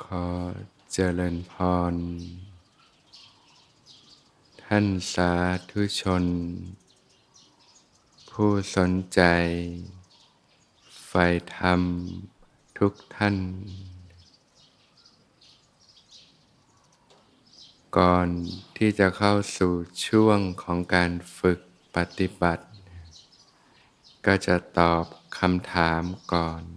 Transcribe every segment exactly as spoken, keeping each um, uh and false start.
ขอเจริญพรท่านสาธุชนผู้สนใจใฝ่ธรรมทุกท่านก่อนที่จะเข้าสู่ช่วงของการฝึกปฏิบัติก็จะตอบคำถามก่อน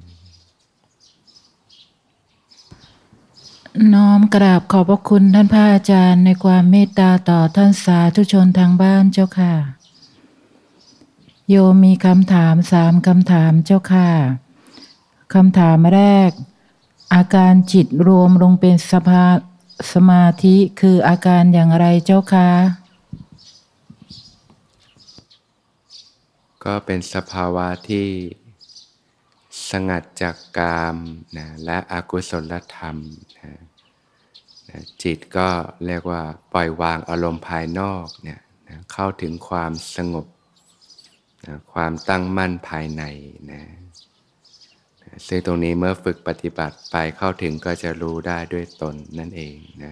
น้อมกราบขอบพระคุณท่านพระอาจารย์ในความเมตตาต่อท่านสาธุชนทางบ้านเจ้าค่ะโยมมีคำถามสามคำถามเจ้าค่ะคำถามแรกอาการจิตรวมลงเป็นสภาสมาธิคืออาการอย่างไรเจ้าค่ะก็เป็นสภาวะที่สงัดจากกามนะและอกุศลธรรมนะนะจิตก็เรียกว่าปล่อยวางอารมณ์ภายนอกเนี่ยนะเข้าถึงความสงบนะความตั้งมั่นภายในนะนะซึ่งตรงนี้เมื่อฝึกปฏิบัติไปเข้าถึงก็จะรู้ได้ด้วยตนนั่นเองนะ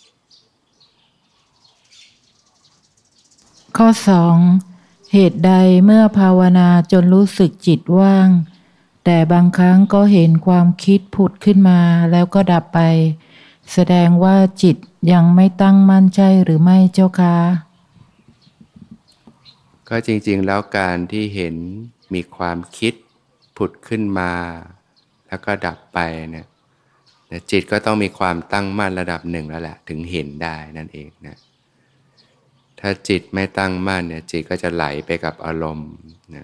ข้อสองเหตุใดเมื่อภาวนาจนรู้สึกจิตว่างแต่บางครั้งก็เห็นความคิดผุดขึ้นมาแล้วก็ดับไปแสดงว่าจิตยังไม่ตั้งมั่นใช่หรือไม่เจ้าคะก็จริงๆแล้วการที่เห็นมีความคิดผุดขึ้นมาแล้วก็ดับไปเนี่ยจิตก็ต้องมีความตั้งมั่นระดับหนึ่งแล้วแหละถึงเห็นได้นั่นเองนะถ้าจิตไม่ตั้งมั่นเนี่ยจิตก็จะไหลไปกับอารมณ์นะ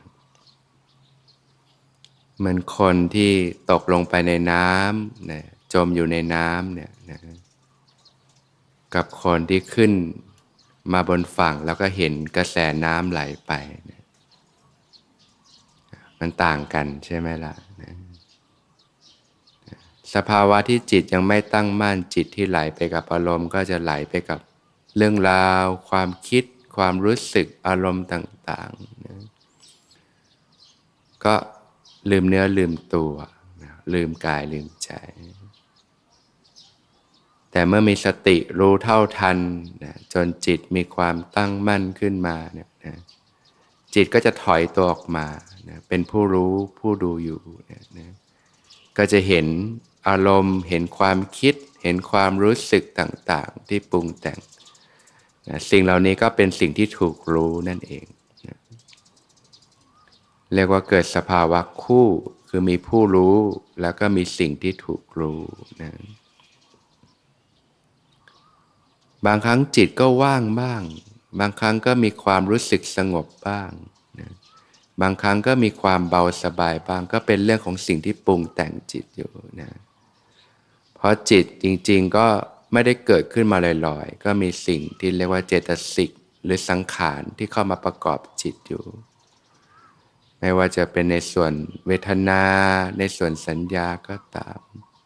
เหมือนคนที่ตกลงไปในน้ำนะจมอยู่ในน้ำเนี่ยนะกับคนที่ขึ้นมาบนฝั่งแล้วก็เห็นกระแสน้ำไหลไปนะมันต่างกันใช่ไหมล่ะนะสภาวะที่จิตยังไม่ตั้งมั่นจิตที่ไหลไปกับอารมณ์ก็จะไหลไปกับเรื่องราวความคิดความรู้สึกอารมณ์ต่างๆนะก็ลืมเนื้อลืมตัวนะลืมกายลืมใจแต่เมื่อมีสติรู้เท่าทันนะจนจิตมีความตั้งมั่นขึ้นมาเนี่ยนะจิตก็จะถอยตัวออกมานะเป็นผู้รู้ผู้ดูอยู่นะนะก็จะเห็นอารมณ์เห็นความคิดเห็นความรู้สึกต่างๆที่ปรุงแต่งนะสิ่งเหล่านี้ก็เป็นสิ่งที่ถูกรู้นั่นเองนะเรียกว่าเกิดสภาวะคู่คือมีผู้รู้แล้วก็มีสิ่งที่ถูกรู้นะบางครั้งจิตก็ว่างบ้างบางครั้งก็มีความรู้สึกสงบบ้างนะบางครั้งก็มีความเบาสบายบ้างก็เป็นเรื่องของสิ่งที่ปรุงแต่งจิตอยู่นะเพราะจิตจริงๆก็ไม่ได้เกิดขึ้นมาลอยๆก็มีสิ่งที่เรียกว่าเจตสิกหรือสังขารที่เข้ามาประกอบจิตอยู่ไม่ว่าจะเป็นในส่วนเวทนาในส่วนสัญญาก็ตาม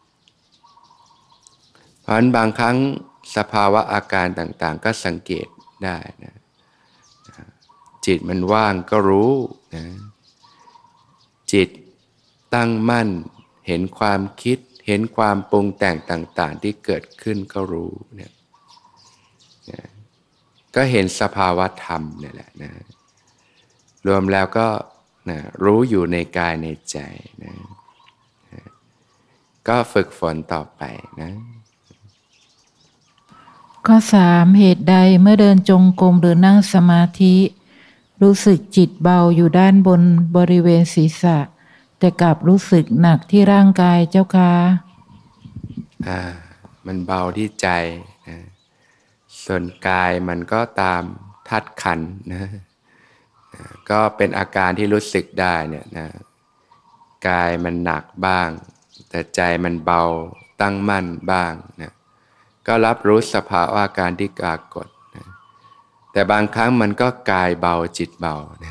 เพราะฉะนั้นบางครั้งสภาวะอาการต่างๆก็สังเกตได้นะจิตมันว่างก็รู้นะจิตตั้งมั่นเห็นความคิดเห็นความปรุงแต่งต่างๆที่เกิดขึ้นก็รู้เนี่ยนะก็เห็นสภาวะธรรมนี่แหละนะรวมแล้วก็นะรู้อยู่ในกายในใจนะนะก็ฝึกฝนต่อไปนะข้อสามเหตุใดเมื่อเดินจงกรมหรือนั่งสมาธิรู้สึกจิตเบาอยู่ด้านบนบริเวณศีรษะแต่กลับรู้สึกหนักที่ร่างกายเจ้าค่ะอ่ามันเบาที่ใจนะส่วนกายมันก็ตามธาตุขันธ์นะนะก็เป็นอาการที่รู้สึกได้เนี่ยนะกายมันหนักบ้างแต่ใจมันเบาตั้งมั่นบ้างนะก็รับรู้สภาวะอาการที่ปรากฏนะแต่บางครั้งมันก็กายเบาจิตเบานะ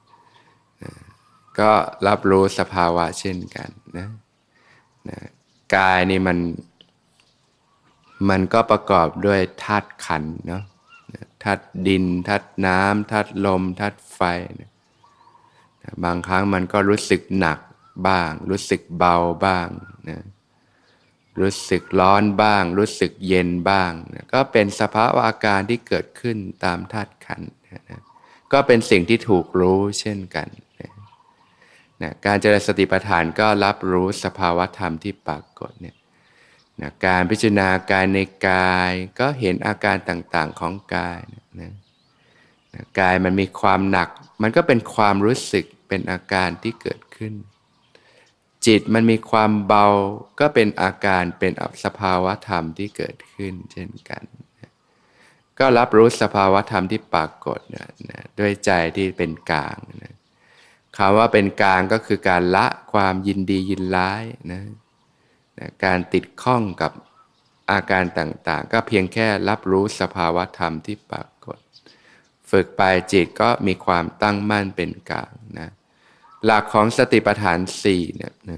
ก็รับรู้สภาวะเช่นกันนะนะกายนี่มันมันก็ประกอบด้วยธาตุขันธ์เนาะธาตุดินธาตุน้ำธาตุลมธาตุไฟนะบางครั้งมันก็รู้สึกหนักบ้างรู้สึกเบาบ้างนะรู้สึกร้อนบ้างรู้สึกเย็นบ้างนะก็เป็นสภาวะอาการที่เกิดขึ้นตามธาตุขันธ์นะก็เป็นสิ่งที่ถูกรู้เช่นกันนะนะการเจริญสติปัฏฐานก็รับรู้สภาวะธรรมที่ปรากฏเนี่ยนะการพิจารณากายในกายก็เห็นอาการต่างๆของกายนะนะกายมันมีความหนักมันก็เป็นความรู้สึกเป็นอาการที่เกิดขึ้นจิตมันมีความเบาก็เป็นอาการเป็นสภาวะธรรมที่เกิดขึ้นเช่นกันก็รับรู้สภาวะธรรมที่ปรากฏนะนะด้วยใจที่เป็นกลางนะคำว่าเป็นกลางก็คือการละความยินดียินร้ายนะนะการติดข้องกับอาการต่างๆก็เพียงแค่รับรู้สภาวะธรรมที่ปรากฏฝึกไปจิตก็มีความตั้งมั่นเป็นกลางนะหลักของสติปัฏฐานสี่เนี่ยนะ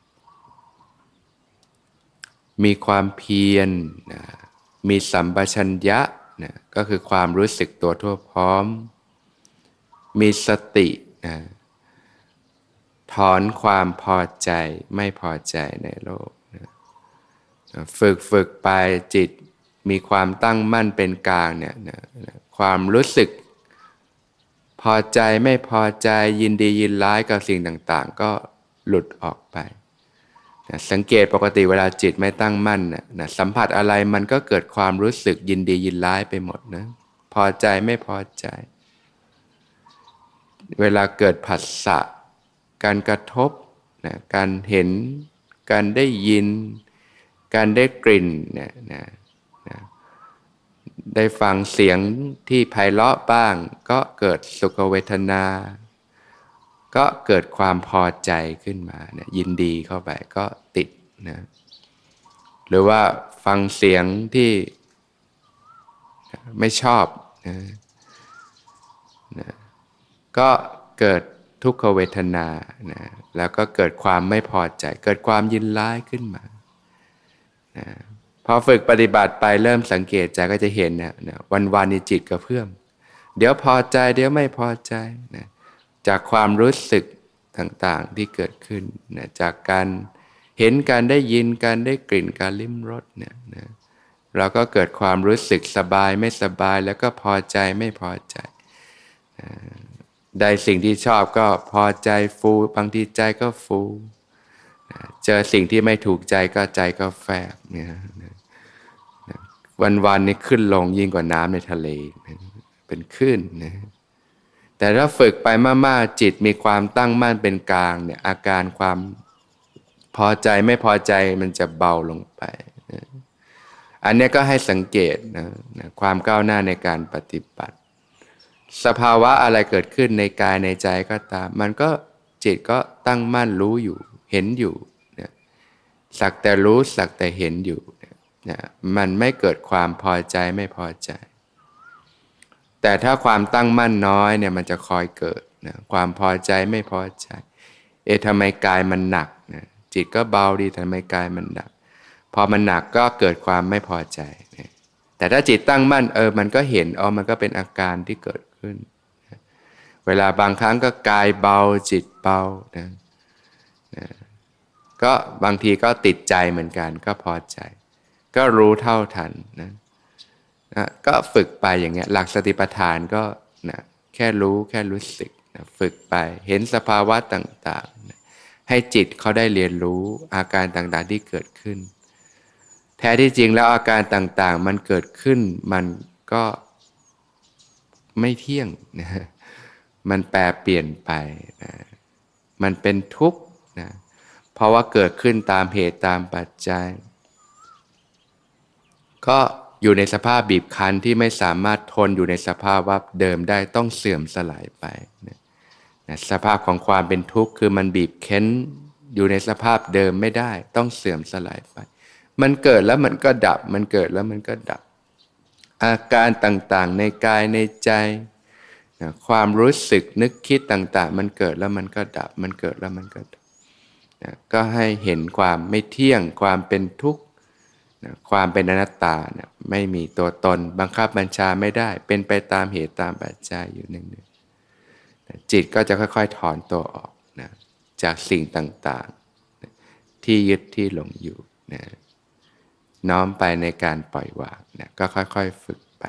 มีความเพียรนะมีสัมปชัญญะนะก็คือความรู้สึกตัวทั่วพร้อมมีสตินะถอนความพอใจไม่พอใจในโลกนะฝึกฝึกไปจิตมีความตั้งมั่นเป็นกลางเนี่ยนะความรู้สึกพอใจไม่พอใจยินดียินร้ายกับสิ่งต่างๆก็หลุดออกไปนะสังเกตปกติเวลาจิตไม่ตั้งมั่นนะนะสัมผัสอะไรมันก็เกิดความรู้สึกยินดียินร้ายไปหมดนะพอใจไม่พอใจเวลาเกิดผัสสะการกระทบนะการเห็นการได้ยินการได้กลิ่นนะนะนะได้ฟังเสียงที่ไพเราะบ้างก็เกิดสุขเวทนาก็เกิดความพอใจขึ้นมานะยินดีเข้าไปก็ติดนะหรือว่าฟังเสียงที่ไม่ชอบนะนะก็เกิดทุกขเวทนานะแล้วก็เกิดความไม่พอใจเกิดความยินร้ายขึ้นมานะพอฝึกปฏิบัติไปเริ่มสังเกตใจก็จะเห็นนะนะวันๆนี้จิตกระเพื่อมเดี๋ยวพอใจเดี๋ยวไม่พอใจนะจากความรู้สึกต่างๆที่เกิดขึ้นนะจากการเห็นการได้ยินการได้กลิ่นการลิ้มรสเนี่ยนะเราก็เกิดความรู้สึกสบายไม่สบายแล้วก็พอใจไม่พอใจนะได้สิ่งที่ชอบก็พอใจฟูบางทีใจก็ฟูนะเจอสิ่งที่ไม่ถูกใจก็ใจก็แฟบเนี่ยนะวันๆนี้ขึ้นลงยิ่งกว่าน้ำในทะเลนะเป็นคลื่นนะแต่ถ้าฝึกไปมากๆจิตมีความตั้งมั่นเป็นกลางเนี่ยอาการความพอใจไม่พอใจมันจะเบาลงไปนะอันนี้ก็ให้สังเกตนะนะความก้าวหน้าในการปฏิบัติสภาวะอะไรเกิดขึ้นในกายในใจก็ตามมันก็จิตก็ตั้งมั่นรู้อยู่เห็นอยู่นะสักแต่รู้สักแต่เห็นอยู่นะมันไม่เกิดความพอใจไม่พอใจแต่ถ้าความตั้งมั่นน้อยเนี่ยมันจะคอยเกิดนะความพอใจไม่พอใจเอ๊ะทำไมกายมันหนักนะจิตก็เบาดีทำไมกายมันหนักพอมันหนักก็เกิดความไม่พอใจนะแต่ถ้าจิตตั้งมั่นเออมันก็เห็นอ๋อมันก็เป็นอาการที่เกิดขึ้นนะเวลาบางครั้งก็กายเบาจิตเบานะนะก็บางทีก็ติดใจเหมือนกันก็พอใจก็รู้เท่าทันนะนะก็ฝึกไปอย่างเงี้ยหลักสติปัฏฐานก็นะแค่รู้แค่รู้สึกนะฝึกไปเห็นสภาวะต่างๆนะให้จิตเขาได้เรียนรู้อาการต่างๆที่เกิดขึ้นแท้ที่จริงแล้วอาการต่างๆมันเกิดขึ้นมันก็ไม่เที่ยงนะมันแปรเปลี่ยนไปนะมันเป็นทุกข์นะเพราะว่าเกิดขึ้นตามเหตุตามปัจจัยก็อยู่ในสภาพบีบคั้นที่ไม่สามารถทนอยู่ในสภาพว่าเดิมได้ต้องเสื่อมสลายไปนะนะสภาพของความเป็นทุกข์คือมันบีบเค้นอยู่ในสภาพเดิมไม่ได้ต้องเสื่อมสลายไปมันเกิดแล้วมันก็ดับมันเกิดแล้วมันก็ดับอาการต่างๆในกายในใจนะความรู้สึกนึกคิดต่างๆมันเกิดแล้วมันก็ดับมันเกิดแล้วมันก็ดับนะก็ให้เห็นความไม่เที่ยงความเป็นทุกข์ความเป็นอนัตตาเนี่ยไม่มีตัวตนบังคับบัญชาไม่ได้เป็นไปตามเหตุตามปัจจัยอยู่หนึ่งๆจิตก็จะค่อยๆถอนตัวออกนะจากสิ่งต่างๆที่ยึดที่หลงอยู่นะน้อมไปในการปล่อยวางนะก็ค่อยๆฝึกไป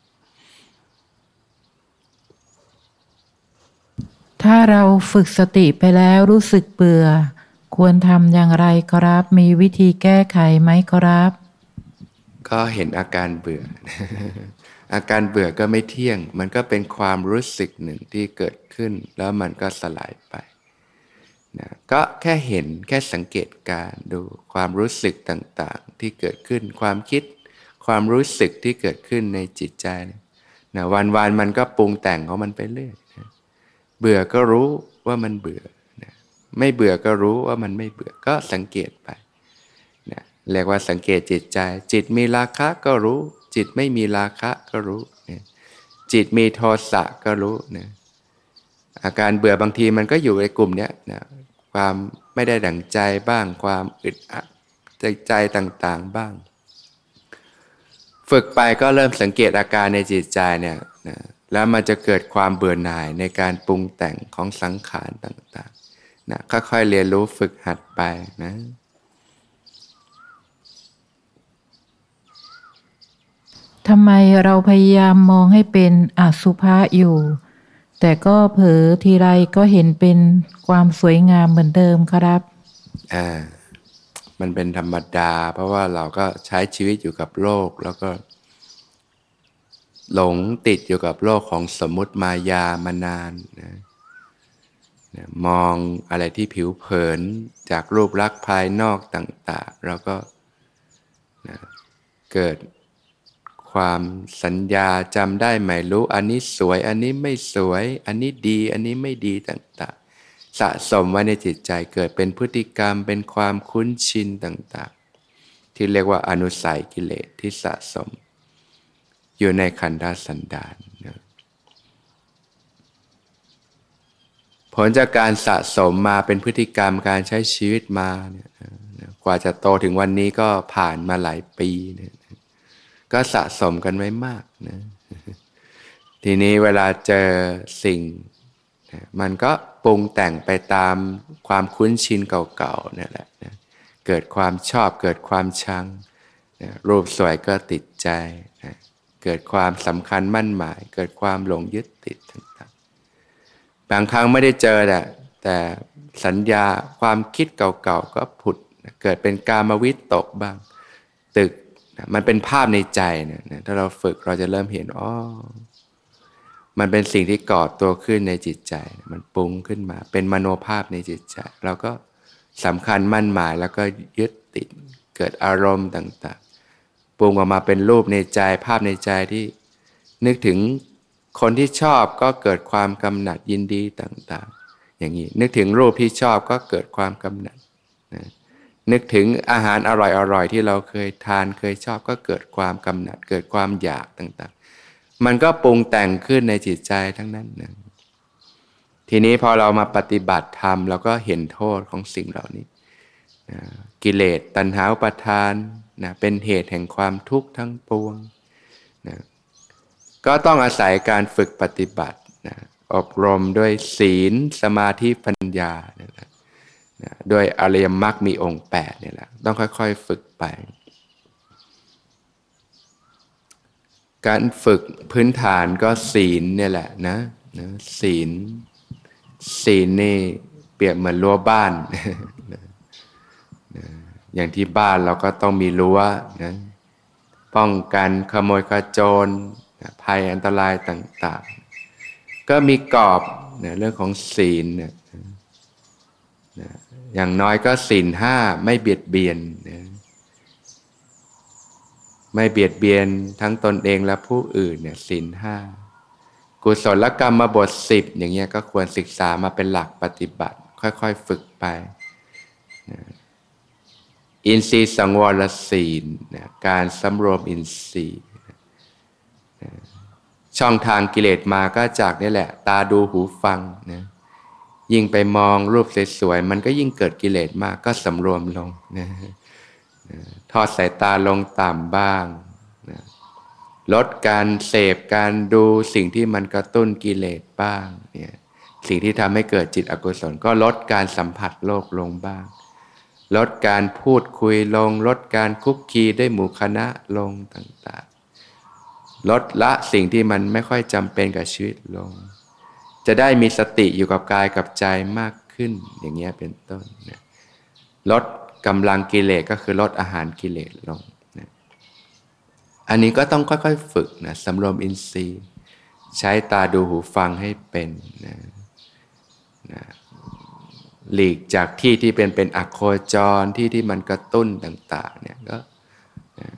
ถ้าเราฝึกสติไปแล้วรู้สึกเบื่อควรทำอย่างไรครับมีวิธีแก้ไขไหมครับก็เห็นอาการเบื่อ อาการเบื่อก็ไม่เที่ยงมันก็เป็นความรู้สึกหนึ่งที่เกิดขึ้นแล้วมันก็สลายไปนะก็แค่เห็นแค่สังเกตการดูความรู้สึกต่างๆที่เกิดขึ้นความคิดความรู้สึกที่เกิดขึ้นในจิตใจนะวันๆมันก็ปรุงแต่งของมันไปเรื่อยนะเบื่อก็รู้ว่ามันเบื่อนะไม่เบื่อก็รู้ว่ามันไม่เบื่อก็สังเกตไปนะเรียกว่าสังเกตจิตใจจิตมีราคะก็รู้จิตไม่มีราคะก็รู้นะจิตมีโทสะก็รู้นะอาการเบื่อบางทีมันก็อยู่ในกลุ่มเนี้ยนะความไม่ได้ดั่งใจบ้างความอึดอัดใจใจต่างๆบ้างฝึกไปก็เริ่มสังเกตอาการในจิตใจเนี่ยนะแล้วมันจะเกิดความเบื่อหน่ายในการปรุงแต่งของสังขารต่างๆนะค่อยๆเรียนรู้ฝึกหัดไปนะทำไมเราพยายามมองให้เป็นอสุภะอยู่แต่ก็เผลอทีไรก็เห็นเป็นความสวยงามเหมือนเดิมครับอ่ามันเป็นธรรมดาเพราะว่าเราก็ใช้ชีวิตอยู่กับโลกแล้วก็หลงติดอยู่กับโลกของสมมุติมายามานานนะนะมองอะไรที่ผิวเผินจากรูปลักษณ์ภายนอกต่างๆแล้วก็นะเกิดความสัญญาจำได้ไม่รู้อันนี้สวยอันนี้ไม่สวยอันนี้ดีอันนี้ไม่ดีต่างๆสะสมไว้ในจิตใจเกิดเป็นพฤติกรรมเป็นความคุ้นชินต่างๆที่เรียกว่าอนุสัยกิเลสที่สะสมอยู่ในขันธสันดานนะผลจากการสะสมมาเป็นพฤติกรรมการใช้ชีวิตมาเนี่ยกว่าจะโตถึงวันนี้ก็ผ่านมาหลายปีเนี่ยก็สะสมกันไว้มากนะทีนี้เวลาเจอสิ่งมันก็ปรุงแต่งไปตามความคุ้นชินเก่าๆนี่แหละนะเกิดความชอบเกิดความชังนะรูปสวยก็ติดใจนะเกิดความสำคัญมั่นหมายเกิดความหลงยึดติดต่างๆบางครั้งไม่ได้เจอแต่แต่สัญญาความคิดเก่าๆก็ผุดนะเกิดเป็นกามวิตกบ้างตึกมันเป็นภาพในใจเนี่ยถ้าเราฝึกเราจะเริ่มเห็นอ๋อมันเป็นสิ่งที่ก่อตัวขึ้นในจิตใจมันปรุงขึ้นมาเป็นมโนภาพในจิตใจเราก็สำคัญมั่นหมายแล้วก็ยึดติดเกิดอารมณ์ต่างๆปรุงออกมาเป็นรูปในใจภาพในใจที่นึกถึงคนที่ชอบก็เกิดความกำหนัดยินดีต่างๆอย่างนี้นึกถึงรูปที่ชอบก็เกิดความกำหนัดนะนึกถึงอาหารอร่อยๆที่เราเคยทานเคยชอบก็เกิดความกำหนัดเกิดความอยากต่างๆมันก็ปรุงแต่งขึ้นในจิตใจทั้งนั้นนะทีนี้พอเรามาปฏิบัติธรรมเราก็เห็นโทษของสิ่งเหล่านี้นะกิเลสตัณหาอุปาทานนะเป็นเหตุแห่งความทุกข์ทั้งปวงนะก็ต้องอาศัยการฝึกปฏิบัตินะอบรมด้วยศีลสมาธิปัญญานะนะด้วยอริยมรรคมีองค์แปดเนี่ยแหละต้องค่อยๆฝึกไปการฝึกพื้นฐานก็ศีลเนี่ยแหละนะนะศีลศีลนี่เปรียบเหมือนรั้วบ้านนะนะอย่างที่บ้านเราก็ต้องมีรั้วนะป้องกันขโมยขโจรนะภัยอันตรายต่างๆก็มีกรอบนะเรื่องของศีลนะนะอย่างน้อยก็ศีลห้าไม่เบียดเบียนนะไม่เบียดเบียนทั้งตนเองและผู้อื่นเนี่ยศีลห้ากุศลกรรมบทสิบอย่างเงี้ยก็ควรศึกษามาเป็นหลักปฏิบัติค่อยๆฝึกไปนะอินทรีย์สังวรศีลนะการสำรวมอินทรีย์นะช่องทางกิเลสมาก็จากนี่แหละตาดูหูฟังนะยิ่งไปมองรูปสวยๆมันก็ยิ่งเกิดกิเลสมากก็สำรวมลงนะทอดสายตาลงต่ำบ้างนะลดการเสพการดูสิ่งที่มันกระตุ้นกิเลสบ้างเนี่ยสิ่งที่ทำให้เกิดจิตอกุศลก็ลดการสัมผัสโลกลงบ้างลดการพูดคุยลงลดการคุกคีด้วยหมู่คณะลงต่างๆลดละสิ่งที่มันไม่ค่อยจำเป็นกับชีวิตลงจะได้มีสติอยู่กับกายกับใจมากขึ้นอย่างเงี้ยเป็นต้นนะลดกำลังกิเลสก็คือลดอาหารกิเลสลงนะอันนี้ก็ต้องค่อยๆฝึกนะสำรวมอินทรีย์ใช้ตาดูหูฟังให้เป็นนะนะหลีกจากที่ที่เป็นเป็นอโคจรที่ที่มันกระตุ้นต่างๆเนี่ยก็นะ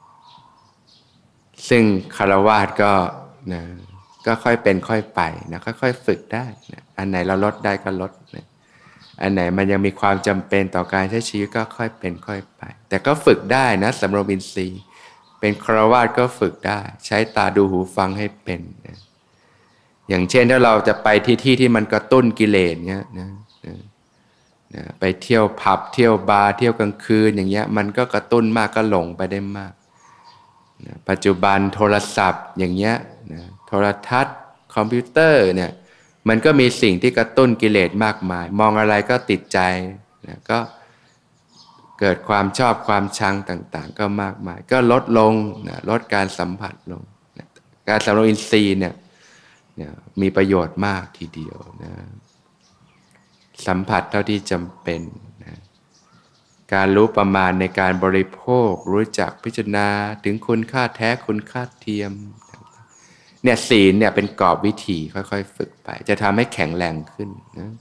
ซึ่งคฤหัสถ์ก็นะก็ค่อยเป็นค่อยไปนะค่อยๆฝึกได้นะอันไหนเราลดได้ก็ลดนะอันไหนมันยังมีความจำเป็นต่อการใช้ชีวิตก็ค่อยเป็นค่อยไปแต่ก็ฝึกได้นะสำรวมอินทรีย์เป็นคฤหัสถ์ก็ฝึกได้ใช้ตาดูหูฟังให้เป็นนะอย่างเช่นถ้าเราจะไปที่ที่ที่มันกระตุ้นกิเลสเนี้ยนะนะนะไปเที่ยวผับเที่ยวบาร์เที่ยวกลางคืนอย่างเงี้ยมันก็กระตุ้นมากก็หลงไปได้มากนะปัจจุบันโทรศัพท์อย่างเงี้ยนะโทรทัศน์คอมพิวเตอร์เนี่ยมันก็มีสิ่งที่กระตุ้นกิเลสมากมายมองอะไรก็ติดใจนะก็เกิดความชอบความชังต่างๆก็มากมายก็ลดลงนะลดการสัมผัสลงนะการสำรวมอินทรีย์เนี่ยมีประโยชน์มากทีเดียวนะสัมผัสเท่าที่จำเป็นนะการรู้ประมาณในการบริโภครู้จักพิจารณาถึงคุณค่าแท้คุณค่าเทียมเนี่ยศีลเนี่ยเป็นกรอบวิธีค่อยๆฝึกไปจะทำให้แข็งแรงขึ้นนะ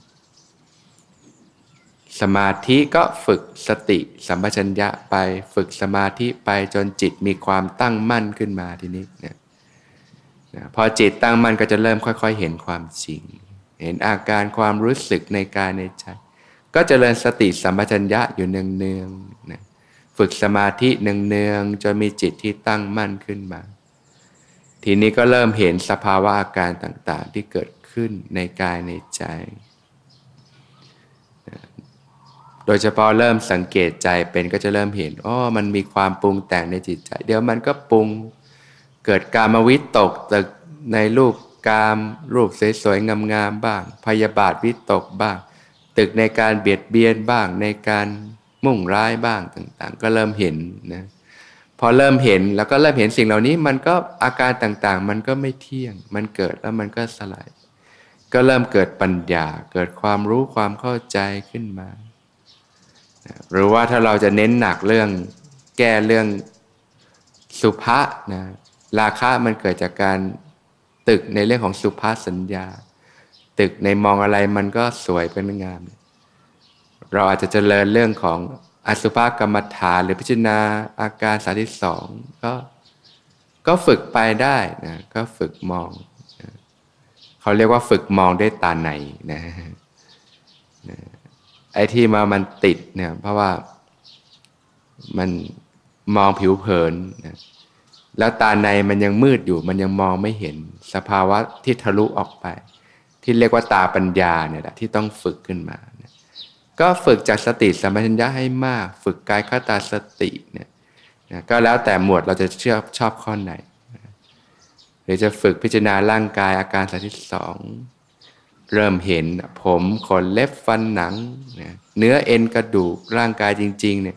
สมาธิก็ฝึกสติสัมปชัญญะไปฝึกสมาธิไปจนจิตมีความตั้งมั่นขึ้นมาทีนี้เนี่ยนะพอจิตตั้งมั่นก็จะเริ่มค่อยๆเห็นความจริงเห็นอาการความรู้สึกในกายในใจก็เจริญสติสัมปชัญญะอยู่เนืองๆนะฝึกสมาธิเนืองๆจนมีจิตที่ตั้งมั่นขึ้นมาทีนี้ก็เริ่มเห็นสภาวะอาการต่างๆที่เกิดขึ้นในกายในใจโดยเฉพาะเริ่มสังเกตใจเป็นก็จะเริ่มเห็นอ๋อมันมีความปรุงแต่งในจิตใจเดี๋ยวมันก็ปรุงเกิดกามวิตกตึกในรูปกามรูปสวยๆงามๆบ้างพยาบาทวิตกบ้างตึกในการเบียดเบียนบ้างในการมุ่งร้ายบ้างต่างๆก็เริ่มเห็นนะพอเริ่มเห็นแล้วก็เริ่มเห็นสิ่งเหล่านี้มันก็อาการต่างๆมันก็ไม่เที่ยงมันเกิดแล้วมันก็สลายก็เริ่มเกิดปัญญาเกิดความรู้ความเข้าใจขึ้นมาหรือว่าถ้าเราจะเน้นหนักเรื่องแก้เรื่องสุภะนะราคะมันเกิดจากการตึกในเรื่องของสุภาสัญญาตึกในมองอะไรมันก็สวยเป็นงามเราอาจจะเจริญเรื่องของอสุภกรรมฐานหรือพิจารณาอาการสามสิบสองก็ก็ฝึกไปได้นะก็ฝึกมองนะเขาเรียกว่าฝึกมองด้วยตาในนะนะไอ้ที่มามันติดเนี่ยเพราะว่ามันมองผิวเผินนะแล้วตาในมันยังมืดอยู่มันยังมองไม่เห็นสภาวะที่ทะลุออกไปที่เรียกว่าตาปัญญาเนี่ยแหละที่ต้องฝึกขึ้นมานะก็ฝึกจากสติสัมปชัญญะให้มากฝึกกายคตาสติเนี่ยนะก็แล้วแต่หมวดเราจะเชื่อชอบข้อไหนนะหรือจะฝึกพิจารณาร่างกายอาการสามสิบสองเริ่มเห็นผมขนเล็บฟันหนังนะเนื้อเอ็นกระดูกร่างกายจริงๆเนี่ย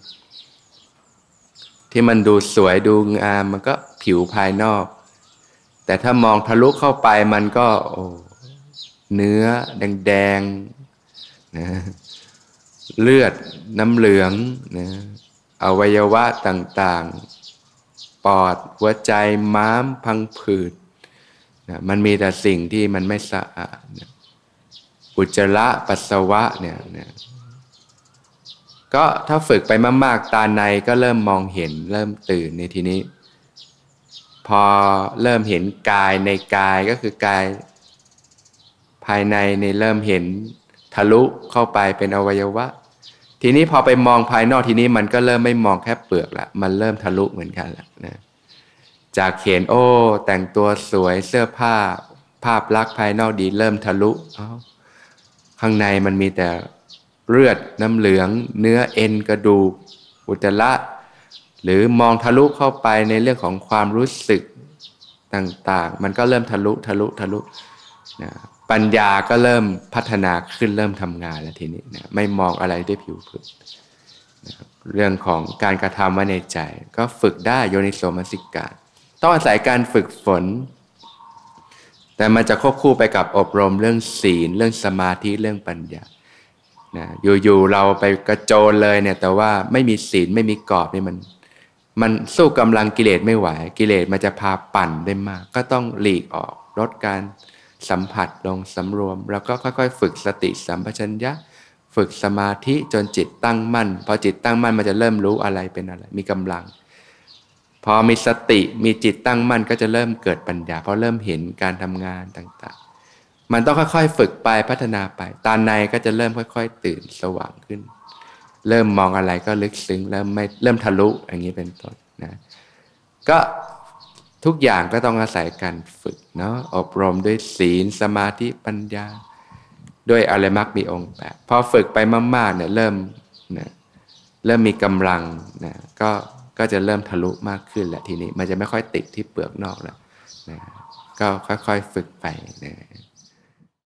ที่มันดูสวยดูงามมันก็ผิวภายนอกแต่ถ้ามองทะลุเข้าไปมันก็โอ้เนื้อแดงๆนะเลือดน้ำเหลืองนะอวัยวะต่างๆปอดหัวใจม้ามพังผืดนะมันมีแต่สิ่งที่มันไม่สะอาดนะอุจจาระปัสสาวะเนี่ยนะก็ถ้าฝึกไปมากๆตาในก็เริ่มมองเห็นเริ่มตื่นในทีนี้พอเริ่มเห็นกายในกายก็คือกายภายในในเริ่มเห็นทะลุเข้าไปเป็นอวัยวะทีนี้พอไปมองภายนอกทีนี้มันก็เริ่มไม่มองแค่เปลือกละมันเริ่มทะลุเหมือนกันละนะจากเห็นโอ้แต่งตัวสวยเสื้อผ้าภาพลักษณ์ภายนอกดีเริ่มทะลุอ้าวข้างในมันมีแต่เลือดน้ำเหลืองเนื้อเอ็นกระดูกอุจจาระหรือมองทะลุเข้าไปในเรื่องของความรู้สึกต่างๆมันก็เริ่มทะลุทะลุทะลุนะปัญญาก็เริ่มพัฒนาขึ้นเริ่มทำงานแล้วทีนี้นะไม่มองอะไรด้วยผิวเผินเรื่องของการกระทำไว้ในใจก็ฝึกได้โยนิโสมนสิการต้องอาศัยการฝึกฝนแต่มันจะควบคู่ไปกับอบรมเรื่องศีลเรื่องสมาธิเรื่องปัญญานะอยู่ๆเราไปกระโจนเลยเนี่ยแต่ว่าไม่มีศีลไม่มีกรอบนี่มันมันสู้กำลังกิเลสไม่ไหวกิเลสมันจะพาปั่นได้มากก็ต้องหลีกออกลดการสัมผัสลงสำรวมแล้วก็ค่อยๆฝึกสติสัมปชัญญะฝึกสมาธิจนจิตตั้งมั่นพอจิตตั้งมั่นมันจะเริ่มรู้อะไรเป็นอะไรมีกำลังพอมีสติมีจิตตั้งมั่นก็จะเริ่มเกิดปัญญาเพราะเริ่มเห็นการทำงานต่างๆมันต้องค่อยๆฝึกไปพัฒนาไปตาในก็จะเริ่มค่อยๆตื่นสว่างขึ้นเริ่มมองอะไรก็ลึกซึ้งเริ่มไม่เริ่มทะลุอย่างนี้เป็นต้นนะก็ทุกอย่างก็ต้องอาศัยการฝึกเนาะอบรมด้วยศีลสมาธิปัญญาด้วยอริยมรรคมีองค์แปดพอฝึกไปมากๆเนี่ยเริ่มนะเริ่มมีกำลังนะก็ก็จะเริ่มทะลุมากขึ้นแหละทีนี้มันจะไม่ค่อยติดที่เปลือกนอกแล้วนะก็ค่อยๆฝึกไปนะ